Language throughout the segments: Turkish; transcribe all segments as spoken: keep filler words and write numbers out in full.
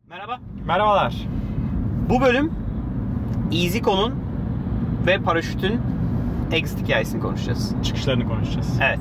Merhaba. Merhabalar. Bu bölüm EasyCo'nun ve paraşütün exit hikayesini konuşacağız. Çıkışlarını konuşacağız. Evet.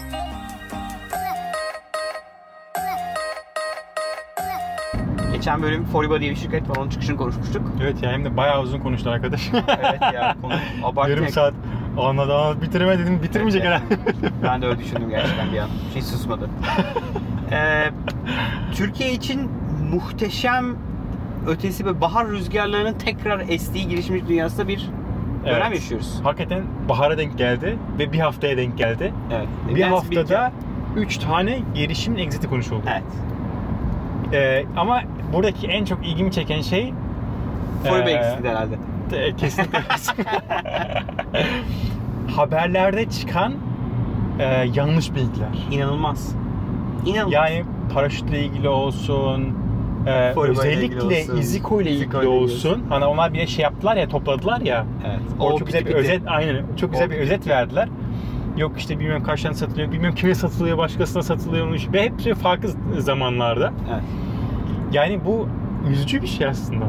Geçen bölüm Foriba diye bir şirket var, onun çıkışını konuşmuştuk. Evet ya, hem de bayağı uzun konuştu arkadaş. Evet ya, konu abartı. Yarım saat anladı anladı bitirme dedim, bitirmeyecek Evet, herhalde. Ben de öyle düşündüm gerçekten bir an. Hiç susmadı. ee, Türkiye için muhteşem ötesi ve bahar rüzgarlarının tekrar estiği girişimcilik dünyasında bir dönem Evet. yaşıyoruz. Hakikaten bahara denk geldi ve bir haftaya denk geldi. Evet. Bir Biraz haftada üç tane girişimin exit'i konuşuldu. Evet. Ee, ama buradaki en çok ilgimi çeken şey Foriba ee, exit'iydi herhalde. de- kesinlikle haberlerde çıkan e, yanlış bilgiler. İnanılmaz. İnanılmaz. Yani paraşütle ilgili olsun, e, Foriba ile ilgili özellikle olsun, EasyCo ile EasyCo ilgili ile ilgili olsun. Hani onlar bir de şey yaptılar ya, topladılar ya. Evet. O, O çok güzel piti bir piti. özet, aynen. Çok güzel O bir piti özet piti. verdiler. Yok işte bilmiyorum kaçtan satılıyor, bilmiyorum kime satılıyor, başkasına satılıyormuş ve hepsi farklı zamanlarda. Evet. Yani bu üzücü bir şey aslında.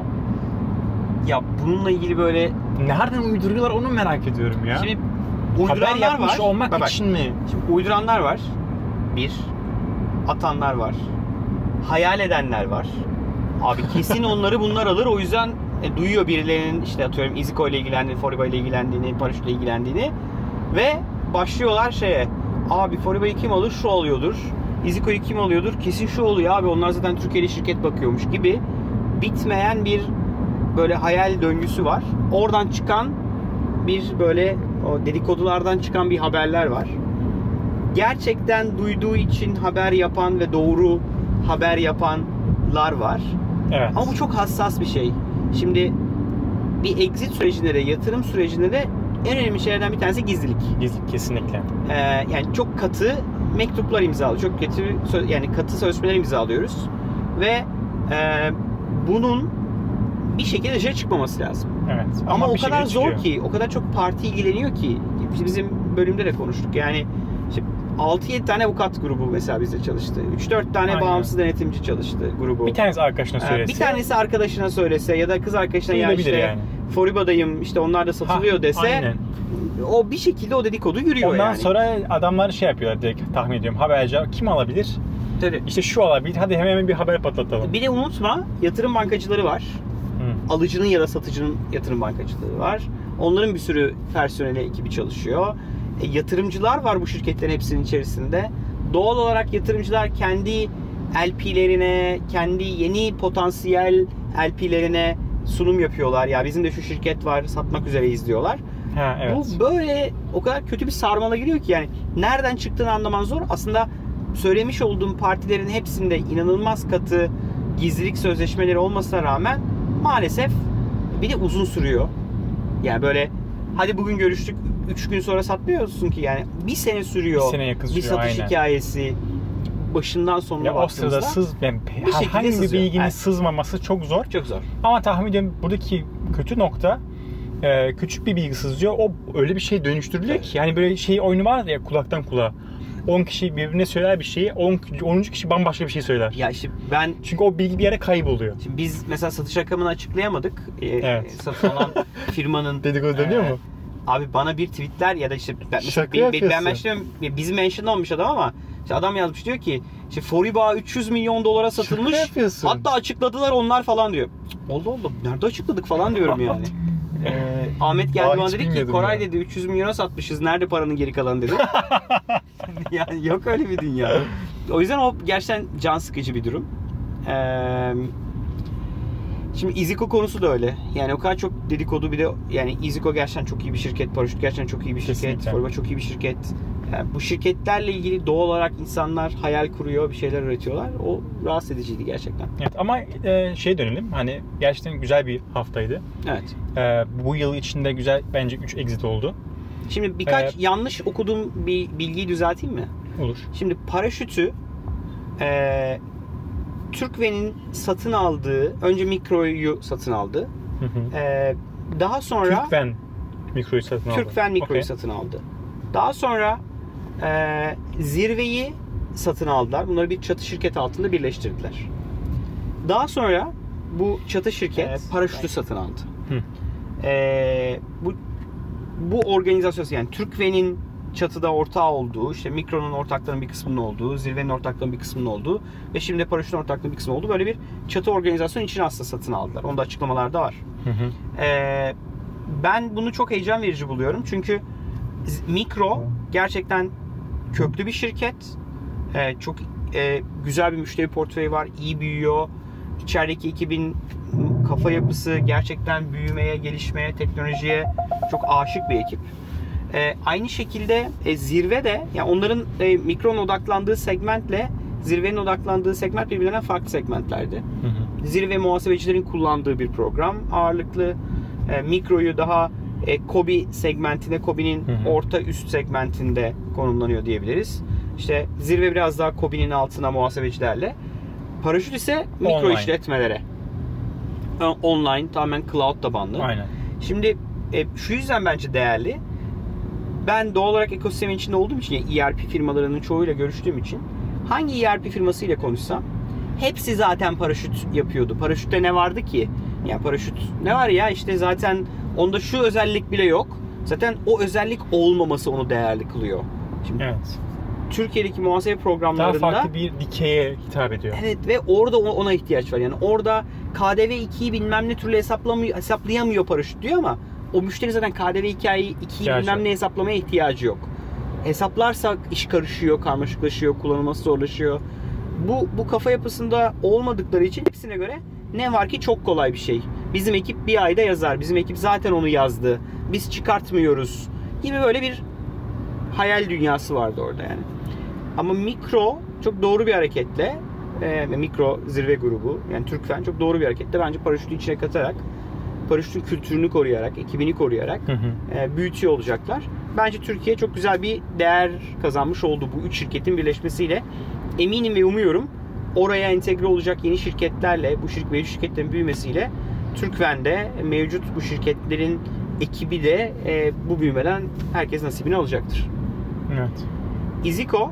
Ya bununla ilgili böyle Nereden uyduruyorlar onu merak ediyorum ya. şimdi Haber uyduranlar yapmış var. olmak Bak bak, için mi? Şimdi uyduranlar var. Bir. Atanlar var. Hayal edenler var. Abi kesin onları bunlar alır. O yüzden e, duyuyor birilerinin işte atıyorum EasyCo ile ilgilendiğini, Foriba ile ilgilendiğini, paraşütle ilgilendiğini ve başlıyorlar şeye. Abi Foriba'yı kim alır? Şu alıyordur. EasyCo'yu kim alıyordur? Kesin şu oluyor abi. Onlar zaten Türkiye'li şirket bakıyormuş gibi bitmeyen bir böyle hayal döngüsü var. Oradan çıkan bir böyle o dedikodulardan çıkan bir haberler var. Gerçekten duyduğu için haber yapan ve doğru haber yapanlar var. Evet. Ama bu çok hassas bir şey. Şimdi bir exit sürecinde de, yatırım sürecinde de en önemli şeylerden bir tanesi gizlilik. Gizli, kesinlikle. Ee, yani çok katı mektuplar imzalıyoruz. Çok katı yani katı sözleşmeler imzalıyoruz ve e, bunun bir şekilde dışarı çıkmaması lazım. Evet. Ama, Ama o bir kadar şekilde zor çıkıyor. ki, o kadar çok parti ilgileniyor ki. Bizim bölümde de konuştuk. Yani işte altı yedi tane avukat grubu mesela bizde çalıştı. üç dört tane Aynen. bağımsız denetimci çalıştı grubu. Bir tanesi arkadaşına Ee, söylese. Bir tanesi arkadaşına söylese ya da kız arkadaşına ya duyulabilir işte yani. Foriba'dayım işte onlar da satılıyor Ha, dese aynen. o bir şekilde o dedikodu yürüyor Ondan yani. sonra adamlar şey yapıyorlar direkt, tahmin ediyorum. Haberci kim alabilir? Tabii. İşte şu olabilir. Hadi hemen hemen bir haber patlatalım. Bir de unutma yatırım bankacıları var. Hı. Alıcının ya da satıcının yatırım bankacılığı var. Onların bir sürü personeli ekibi çalışıyor. E, yatırımcılar var bu şirketlerin hepsinin içerisinde. Doğal olarak yatırımcılar kendi L P'lerine, kendi yeni potansiyel L P'lerine sunum yapıyorlar. Ya bizim de şu şirket var, satmak üzereyiz diyorlar. Ha, evet. Bu böyle o kadar kötü bir sarmala giriyor ki yani nereden çıktığını anlaman zor. Aslında söylemiş olduğum partilerin hepsinde inanılmaz katı gizlilik sözleşmeleri olmasına rağmen maalesef bir de uzun sürüyor. Yani böyle hadi bugün görüştük üç gün sonra satmıyorsun ki yani bir sene sürüyor. Bir sene yakın Bir sürüyor, satış aynen. hikayesi başından sonuna Ya o baktığımızda sırada sız, yani bir şekilde herhangi bir sızıyor. bilginin Evet. sızmaması çok zor. çok zor. Ama tahmin ediyorum buradaki kötü nokta e, küçük bir bilgi sızıyor. O öyle bir şey dönüştürülüyor Evet. ki. Yani böyle şey oyunu var ya, kulaktan kulağa. on kişi birbirine söyler bir şeyi, on, onuncu kişi bambaşka bir şey söyler. Ya işte ben Çünkü o bilgi bir yere kayboluyor. şimdi biz mesela satış rakamını açıklayamadık. Ee, Evet. Satın alan firmanın Dedikodu dönüyor e, mu? Abi bana bir tweetler ya da işte ben, mesela Şaka bir, bir, yapıyorsun. ben başlıyorum bizim mention olmuş adam ama işte adam yazmış diyor ki işte Foriba üç yüz milyon dolara satılmış. Şaka yapıyorsun. Hatta açıkladılar onlar falan diyor. Allah Allah nerede açıkladık falan diyorum yani. Ee, Ahmet geldi Aa, bana hiç dedi ki bilmiyordum Koray ya. dedi üç yüz milyona satmışız. Nerede paranın geri kalanı dedi. Yani yok öyle bir dünya. O yüzden o gerçekten can sıkıcı bir durum. Eee Şimdi EasyCo konusu da öyle. Yani o kadar çok dedikodu bir de yani EasyCo gerçekten çok iyi bir şirket, Paraşüt gerçekten çok iyi bir şirket, Kesinlikle. Foriba çok iyi bir şirket. Yani bu şirketlerle ilgili doğal olarak insanlar hayal kuruyor, bir şeyler üretiyorlar. O rahatsız ediciydi gerçekten. Evet, ama e, şeye dönelim. Hani gerçekten güzel bir haftaydı. Evet. E, bu yıl içinde güzel bence üç exit oldu. Şimdi birkaç Ee, yanlış okuduğum bir bilgiyi düzelteyim mi? Olur. Şimdi paraşütü e, Türkven'in satın aldığı, önce Mikro'yu satın aldı. Hı hı. E, daha sonra Türkven Mikro'yu satın aldı. Türkven Mikro'yu Okay. satın aldı. Daha sonra e, Zirve'yi satın aldılar. Bunları bir çatı şirket altında birleştirdiler. Daha sonra bu çatı şirket Evet. paraşütü satın aldı. Hı. Ee, bu bu organizasyon yani Türkven'in çatıda ortağı olduğu, işte Mikro'nun ortaklarının bir kısmının olduğu, Zirve'nin ortaklarının bir kısmının olduğu ve şimdi paraşütün ortaklığının bir kısmının olduğu böyle bir çatı organizasyonu için aslında satın aldılar. Onda açıklamalarda var. Hı hı. Ee, ben bunu çok heyecan verici buluyorum. Çünkü Mikro gerçekten köklü bir şirket. Ee, çok e, güzel bir müşteri portföyü var. İyi büyüyor. İçerideki ekibin kafa yapısı gerçekten büyümeye, gelişmeye, teknolojiye çok aşık bir ekip. Ee, aynı şekilde e, Zirve de, yani onların e, Mikro'nun odaklandığı segmentle Zirve'nin odaklandığı segment birbirinden farklı segmentlerdi. Hı hı. Zirve muhasebecilerin kullandığı bir program. Ağırlıklı e, Mikro'yu daha e, KOBİ segmentine, KOBİ'nin Hı hı. orta üst segmentinde konumlanıyor diyebiliriz. İşte Zirve biraz daha KOBİ'nin altına muhasebecilerle. Paraşüt ise mikro Online. işletmelere. E, Online, tamamen cloud tabanlı. Aynen. Şimdi e, şu yüzden bence değerli. Ben doğal olarak ekosistemin içinde olduğum için, yani E R P firmalarının çoğuyla görüştüğüm için, hangi E R P firmasıyla konuşsam hepsi zaten paraşüt yapıyordu. Paraşütte ne vardı ki? Yani paraşüt ne var ya, işte zaten onda şu özellik bile yok. Zaten o özellik olmaması onu değerli kılıyor. Şimdi Evet. Türkiye'deki muhasebe Daha programlarında farklı bir dikeye hitap ediyor. evet, ve orada ona ihtiyaç var. Yani orada K D V ikiyi bilmem ne türlü hesaplamıyor, hesaplayamıyor paraşüt diyor ama o müşteri zaten K D V ikiyi bilmem ne hesaplamaya ihtiyacı yok. Hesaplarsak iş karışıyor, karmaşıklaşıyor, kullanılması zorlaşıyor. Bu bu kafa yapısında olmadıkları için hepsine göre ne var ki çok kolay bir şey. Bizim ekip bir ayda yazar. Bizim ekip zaten onu yazdı. Biz çıkartmıyoruz gibi böyle bir hayal dünyası vardı orada yani. Ama Mikro çok doğru bir hareketle e, Mikro Zirve grubu, yani Türkven çok doğru bir hareketle bence paraşütü içine katarak, paraşütün kültürünü koruyarak, ekibini koruyarak Hı hı. e, büyütüyor olacaklar. Bence Türkiye çok güzel bir değer kazanmış oldu bu üç şirketin birleşmesiyle. Eminim ve umuyorum oraya entegre olacak yeni şirketlerle, bu şirket, mevcut şirketlerin büyümesiyle Türkven'de mevcut bu şirketlerin ekibi de e, bu büyümeden herkes nasibini alacaktır. Evet. Izico,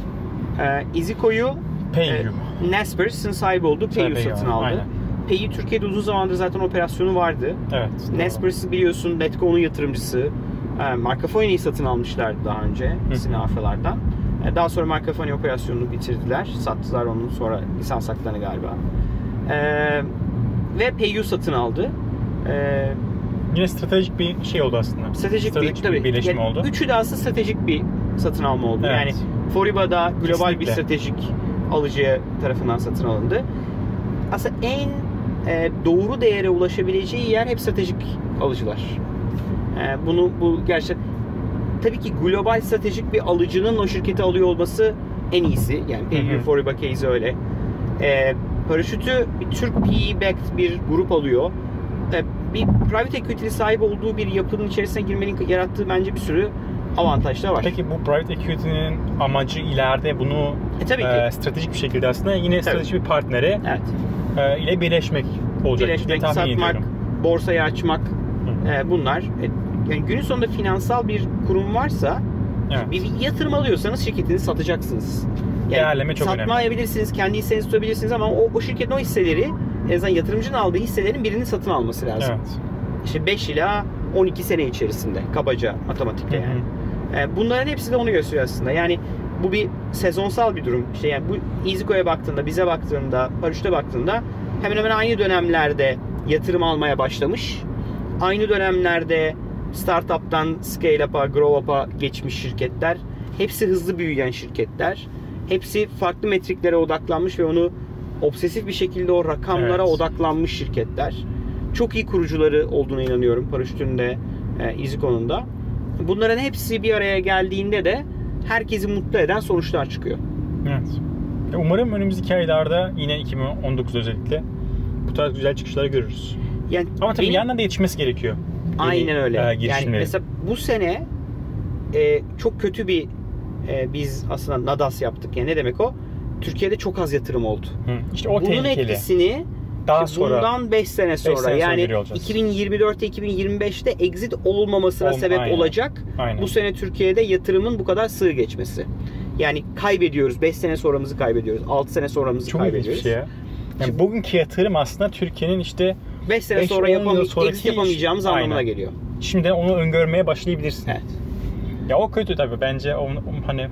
e, Izico'yu PayU. e, Naspers'ın sahibi olduğu PayU Tabii satın ya, aldı. aynen. PayU Türkiye'de uzun zamandır zaten operasyonu vardı. Evet. Naspers biliyorsun Letgo'nun yatırımcısı. E, Marcafoni'yi satın almışlardı daha önce Sina Afralardan. E, daha sonra Marcafoni operasyonunu bitirdiler. Sattılar onun, sonra lisans haklarını galiba. E, ve PayU satın aldı. E, Yine stratejik bir şey oldu aslında. Stratejik, Stratejik bir, tabii, bir birleşme yani oldu. Üçü de aslında stratejik bir satın alma oldu. Evet. Yani Foriba'da global Kesinlikle. bir stratejik alıcıya tarafından satın alındı. Aslında en e, doğru değere ulaşabileceği yer hep stratejik alıcılar. E, bunu bu gerçekten tabii ki global stratejik bir alıcının o şirketi alıyor olması en iyisi. Yani Payu, Foriba case öyle. E, paraşütü bir Türk P E-backed bir grup alıyor. E, bir private equity'li sahip olduğu bir yapının içerisine girmenin yarattığı bence bir sürü avantaj da var. Peki bu private equity'nin amacı ileride bunu E, tabii ki. e, stratejik bir şekilde aslında yine stratejik bir partneri Evet. e, ile birleşmek olacak diye Birleşmek, tahmin satmak, ediyorum. borsaya açmak, e, bunlar. E, yani günün sonunda finansal bir kurum varsa, Evet. bir yatırım alıyorsanız şirketinizi satacaksınız. Yani Değerleme çok önemli. satmayabilirsiniz, kendi hissenizi tutabilirsiniz ama o, o şirketin o hisseleri, en azından yatırımcının aldığı hisselerin birini satın alması lazım. Evet. İşte beş ila on iki sene içerisinde kabaca matematikle Hı hı. yani. E, bunların hepsi de onu gösteriyor aslında. Yani bu bir sezonsal bir durum. İşte yani bu Izico'ya baktığında, bize baktığında, paraşüte baktığında hemen hemen aynı dönemlerde yatırım almaya başlamış. Aynı dönemlerde startup'tan scale-up'a, grow-up'a geçmiş şirketler. Hepsi hızlı büyüyen şirketler. Hepsi farklı metriklere odaklanmış ve onu obsesif bir şekilde o rakamlara Evet. odaklanmış şirketler. Çok iyi kurucuları olduğuna inanıyorum paraşütün de, e, Izico'nun da. Bunların hepsi bir araya geldiğinde de herkesi mutlu eden sonuçlar çıkıyor. Evet. E, Umarım önümüzdeki aylarda yine iki bin on dokuz özellikle bu tarz güzel çıkışları görürüz. Yani Ama tabii benim- bir yandan da yetişmesi gerekiyor. Aynen Yeni, öyle. e, Yani girişimlerin. mesela bu sene e, çok kötü bir e, biz aslında nadas yaptık. Yani ne demek o? Türkiye'de çok az yatırım oldu. Hı. İşte o Bunun tehlikeli. etkisini Daha işte sonra bundan beş sene sonra, sene sonra yani görüyor olacağız. iki bin yirmi dörtte iki bin yirmi beşte exit olmamasına Ol- sebep aynen. olacak. Aynen. Bu sene Türkiye'de yatırımın bu kadar sığ geçmesi. Yani kaybediyoruz. beş sene sonramızı kaybediyoruz. altı sene sonramızı Çok ilginç bir kaybediyoruz. şey ya. Yani bugünkü yatırım aslında Türkiye'nin işte beş sene beş, sonra on yıl yapamay- sonraki exit yapamayacağımız iş- anlamına Aynen. geliyor. Şimdiden onu öngörmeye başlayabilirsin. Evet. Ya o kötü tabii bence o, hani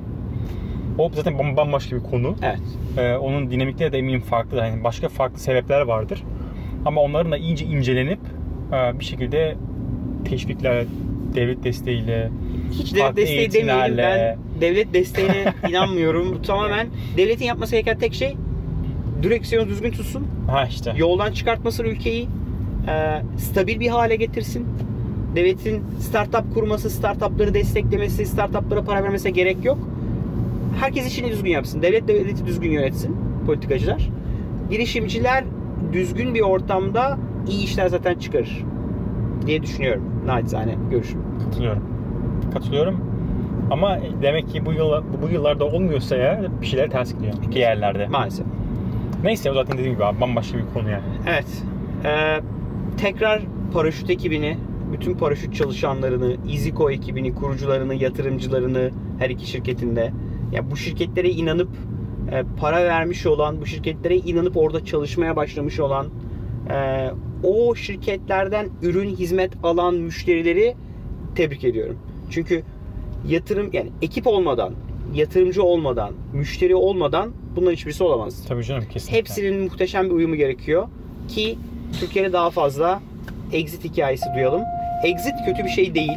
o zaten bam- bambaşka bir konu. Evet. Ee, onun dinamikleri de eminim farklı. Yani başka farklı sebepler vardır. Ama onların da iyice incelenip e, bir şekilde teşvikler, devlet desteğiyle, Hiç devlet farklı desteği demeyelim. Ben eğitimlerle- devlet desteğine inanmıyorum. Bu tamamen devletin yapması gereken tek şey direksiyonu düzgün tutsun. ha işte. Yoldan çıkartmasın ülkeyi. E, stabil bir hale getirsin. Devletin startup kurması, startupları desteklemesi, startuplara para vermesine gerek yok. Herkes işini düzgün yapsın. Devlet devleti düzgün yönetsin politikacılar. Girişimciler düzgün bir ortamda iyi işler zaten çıkarır diye düşünüyorum. Naçizane görüşüm. Katılıyorum. Katılıyorum. Ama demek ki bu yıl bu yıllarda olmuyorsa ya bir şeyler ters gidiyor bir yerlerde. Maalesef. Neyse o zaten dediğim gibi abi bambaşka bir konu yani. Evet. Ee, tekrar paraşüt ekibini, bütün paraşüt çalışanlarını, iziko ekibini, kurucularını, yatırımcılarını her iki şirketinde, ya bu şirketlere inanıp e, para vermiş olan, bu şirketlere inanıp orada çalışmaya başlamış olan, e, o şirketlerden ürün, hizmet alan müşterileri tebrik ediyorum. Çünkü yatırım, yani ekip olmadan, yatırımcı olmadan, müşteri olmadan bunların hiçbirisi olamaz. Tabii canım kesinlikle. Hepsinin muhteşem bir uyumu gerekiyor ki Türkiye'de daha fazla exit hikayesi duyalım. Exit kötü bir şey değil.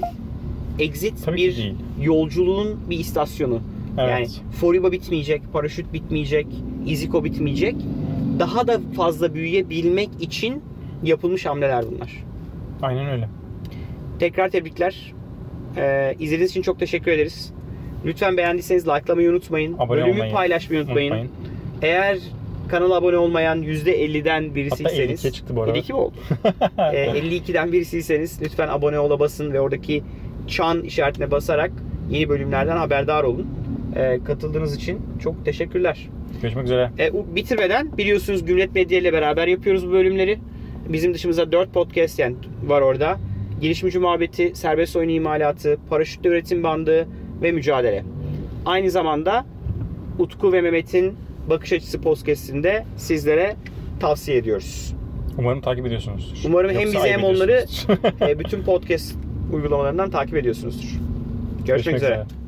Exit Tabii ki bir değil. yolculuğun bir istasyonu. Evet. Yani Foriba bitmeyecek, paraşüt bitmeyecek, iziko bitmeyecek. Daha da fazla büyüyebilmek için yapılmış hamleler bunlar. Aynen öyle. Tekrar tebrikler. Ee, izlediğiniz için çok teşekkür ederiz. Lütfen beğendiyseniz likelamayı unutmayın. Abone Bölümü olmayı paylaşmayı unutmayın. unutmayın. Eğer kanala abone olmayan yüzde elliden Hatta birisiyseniz, elli ikiye çıktı bu arada. elli iki mi oldu? ee, elli ikiden birisiyseniz lütfen abone ola basın ve oradaki çan işaretine basarak yeni bölümlerden haberdar olun. Ee, katıldığınız için çok teşekkürler. Görüşmek üzere. E, o bitirmeden biliyorsunuz Gümlet Medya ile beraber yapıyoruz bu bölümleri. Bizim dışımızda dört podcast yani var orada. Girişimci muhabbeti, serbest oyun imalatı, paraşütle üretim bandı ve mücadele. Aynı zamanda Utku ve Mehmet'in Bakış Açısı podcast'inde sizlere tavsiye ediyoruz. Umarım takip ediyorsunuzdur. Umarım hem Yoksa bizi hem ayıp onları ediyorsunuzdur. e, bütün podcast uygulamalarından takip ediyorsunuzdur. Görüşmek, Görüşmek üzere. üzere.